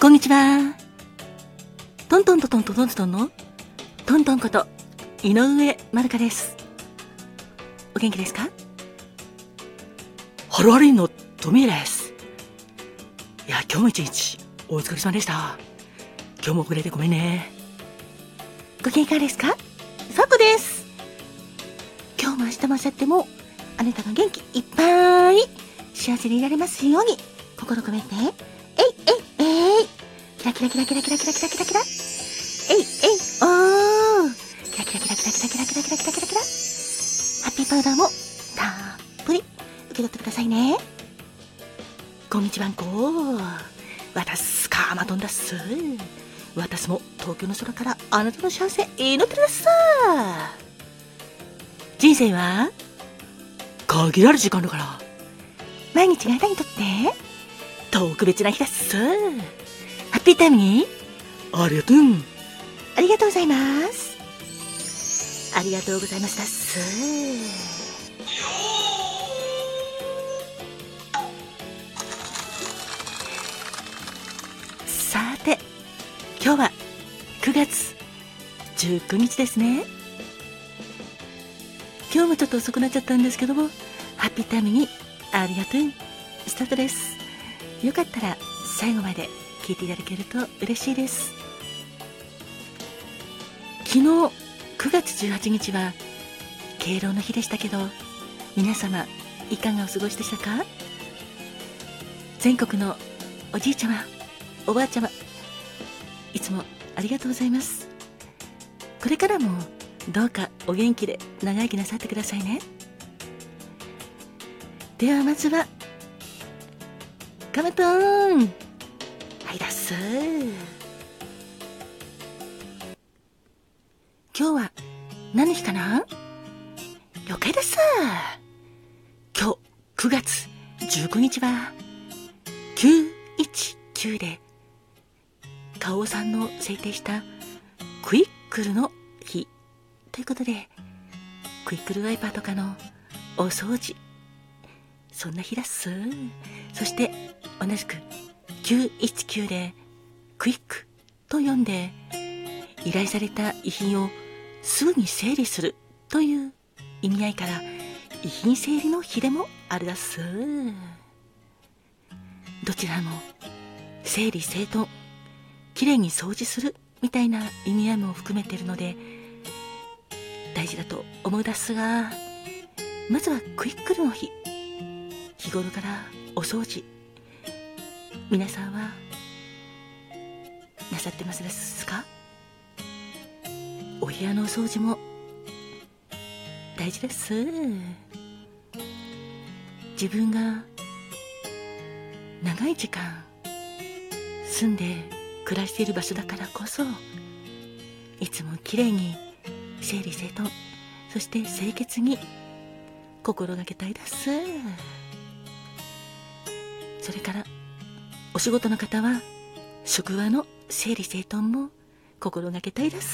こんにちは。トントントントントントントンのトントンこと井上まるかです。お元気ですか？ハロハリンのトミーです。いや、今日も一日お疲れ様でした。今日も遅れてごめんね。ご機嫌いかがですか？さこです。今日も明日も明後日もあなたが元気いっぱい幸せにいられますように心込めて、キラキラキラキラキラキラキラキラキラ、おー、キラキラキラキラキラキラキラキラキラキラキラ、ハッピーパウダーもたっぷり受け取ってくださいね。こんにちはんこ、私カーマトンだっす。私も東京の空からあなたの幸せ祈ってるだっす。人生は限られる時間だから、毎日があなたにとって特別な日だっす。ハッピータイムにありがとう。ありがとうございます。ありがとうございましたっす。さて、今日は9月19日ですね。今日もちょっと遅くなっちゃったんですけども、ハッピータイムにありがとうスタートです。よかったら最後まで聞いていただけると嬉しいです。昨日9月18日は敬老の日でしたけど、皆様いかがお過ごしでしたか？全国のおじいちゃま、おばあちゃま、いつもありがとうございます。これからもどうかお元気で長生きなさってくださいね。ではまずはカマトーン、はいだっす。今日は何の日かな？了解です。今日9月19日は919で花王さんの制定したクイックルの日ということで、クイックルワイパーとかのお掃除、そんな日だっす。そして同じく919でクイックと読んで、依頼された遺品をすぐに整理するという意味合いから遺品整理の日でもあるだっす。どちらも整理整頓、きれいに掃除するみたいな意味合いも含めているので大事だと思うだっすが、まずはクイックルの日、日頃からお掃除皆さんはなさってますですか？お部屋のお掃除も大事です。自分が長い時間住んで暮らしている場所だからこそ、いつもきれいに整理整頓、そして清潔に心がけたいです。それからお仕事の方は職場の整理整頓も心がけたいです。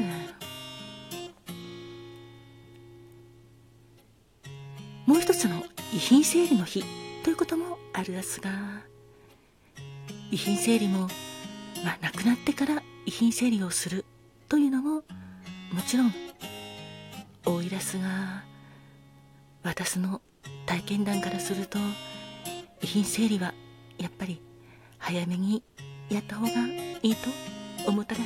もう一つの遺品整理の日ということもあるですが、遺品整理も、亡くなってから遺品整理をするというのももちろん多いですが、私の体験談からすると遺品整理はやっぱり早めにやった方がいいと思ったです。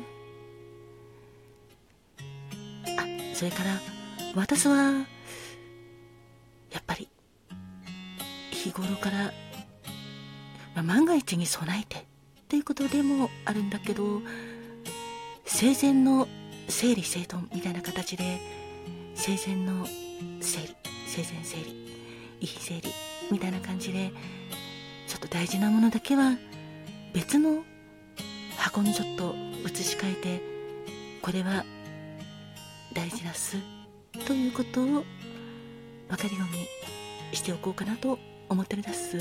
それから私はやっぱり日頃から、万が一に備えてということでもあるんだけど、生前の整理整頓みたいな形で生前の整理、生前整理、遺品整理みたいな感じで、ちょっと大事なものだけは別の箱にちょっと移し替えて、これは大事だっすということを分かるようにしておこうかなと思ってるだっす。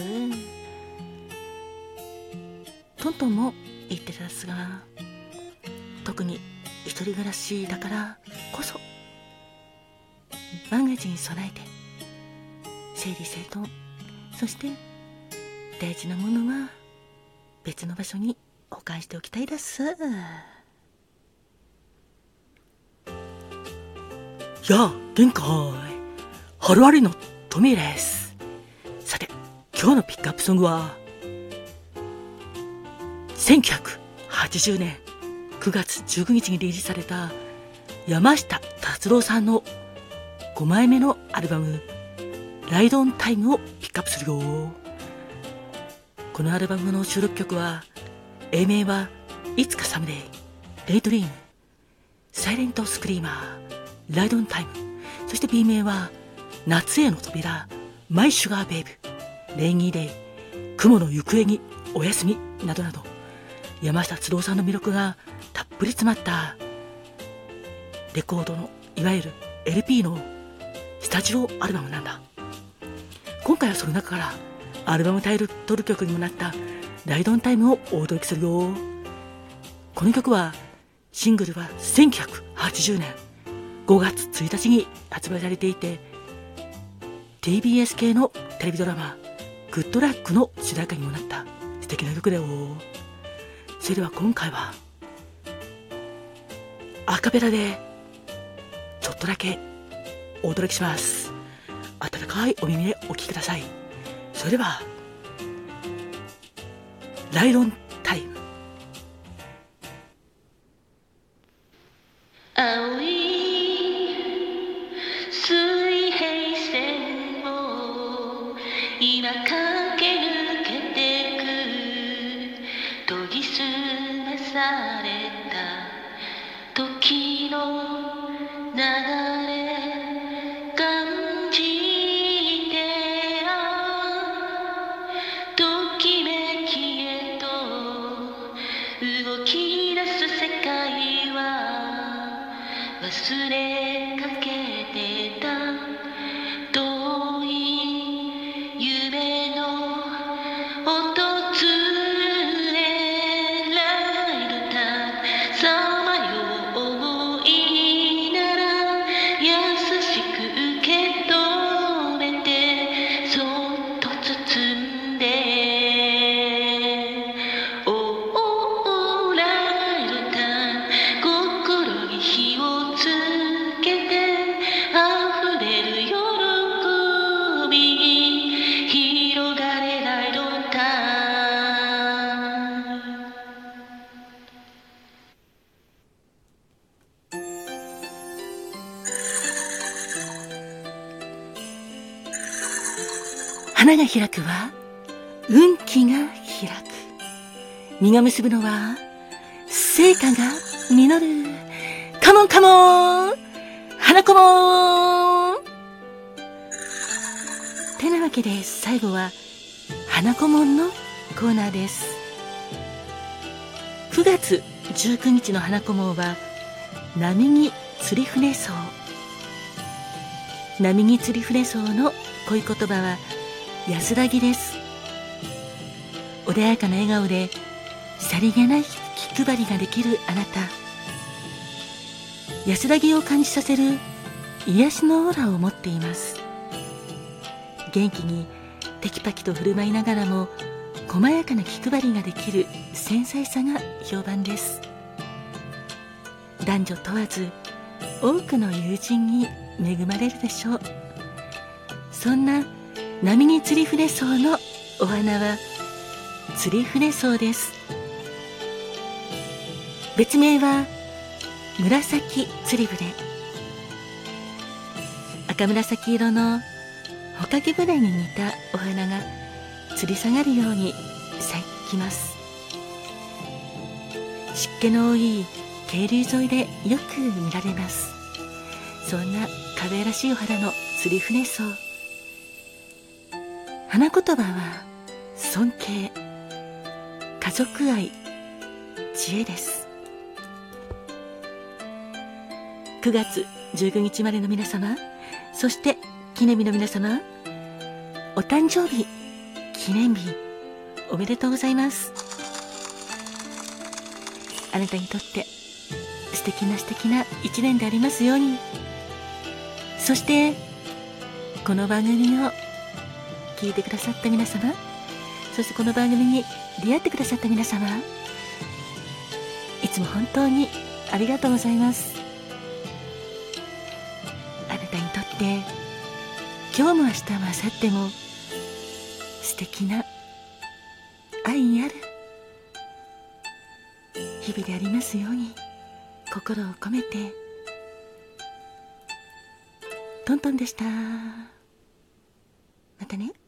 トントンも言ってたっすが、特に一人暮らしだからこそ万が一に備えて整理整頓、そして大事なものは別の場所に保管しておきたいです。やあ、限界。ハルワリのトミーです。さて、今日のピックアップソングは、1980年9月19日にリリースされた山下達郎さんの5枚目のアルバム、ライドオンタイムをピックアップするよ。このアルバムの収録曲は、A 面はいつかサムデイ、デイドリーム、サイレントスクリーマー、ライドオンタイム、そして B 面は夏への扉、マイシュガーベイブ、レイニーデイ、雲の行方にお休みなどなど、山下達郎さんの魅力がたっぷり詰まったレコードのいわゆる LP のスタジオアルバムなんだ。今回はその中からアルバムタイトル曲にもなったライドオンタイムをお届けするよ。この曲はシングルは1980年5月1日に発売されていて、 TBS 系のテレビドラマグッドラックの主題歌にもなった素敵な曲だよ。それでは今回はアカペラでちょっとだけお届けします。温かいお耳でお聴きください。それではライドオンタイム。 青い水平線を今駆け抜けてく、研ぎ澄まされた時の流れ感じて、ときめきへと動き出す世界は忘れかけてた遠い夢の訪れ、ライドタさまよ思いなら優しく受け止めて、そっと包んで、おおライドタ心に火をつけて、溢れる喜びに広がれライドタ花が開くは運気が開く、実が結ぶのは成果が実る。カモンカモン花子もん。てなわけで最後は花子もんのコーナーです。9月19日の花子もんは波木釣り船草。波木釣り船草の恋言葉は安らぎです。穏やかな笑顔でさりげない気配りができるあなた、安らぎを感じさせる癒しのオーラを持っています。元気にテキパキと振る舞いながらも細やかな気配りができる繊細さが評判です。男女問わず多くの友人に恵まれるでしょう。そんな波木釣り船草のお花は釣り船草です。別名は紫釣り船。赤紫色の帆掛け船に似たお花が吊り下がるように咲きます。湿気の多い渓流沿いでよく見られます。そんな可愛らしいお花の釣り船草。花言葉は尊敬、家族愛、知恵です。9月19日までの皆様、そして記念日の皆様、お誕生日、記念日おめでとうございます。あなたにとって素敵な一年でありますように。そしてこの番組を聞いてくださった皆様、 そしてこの番組に出会ってくださった皆様、いつも本当にありがとうございます。あなたにとって今日も明日も明後日も素敵な愛にある日々でありますように心を込めて。トントンでした。またね。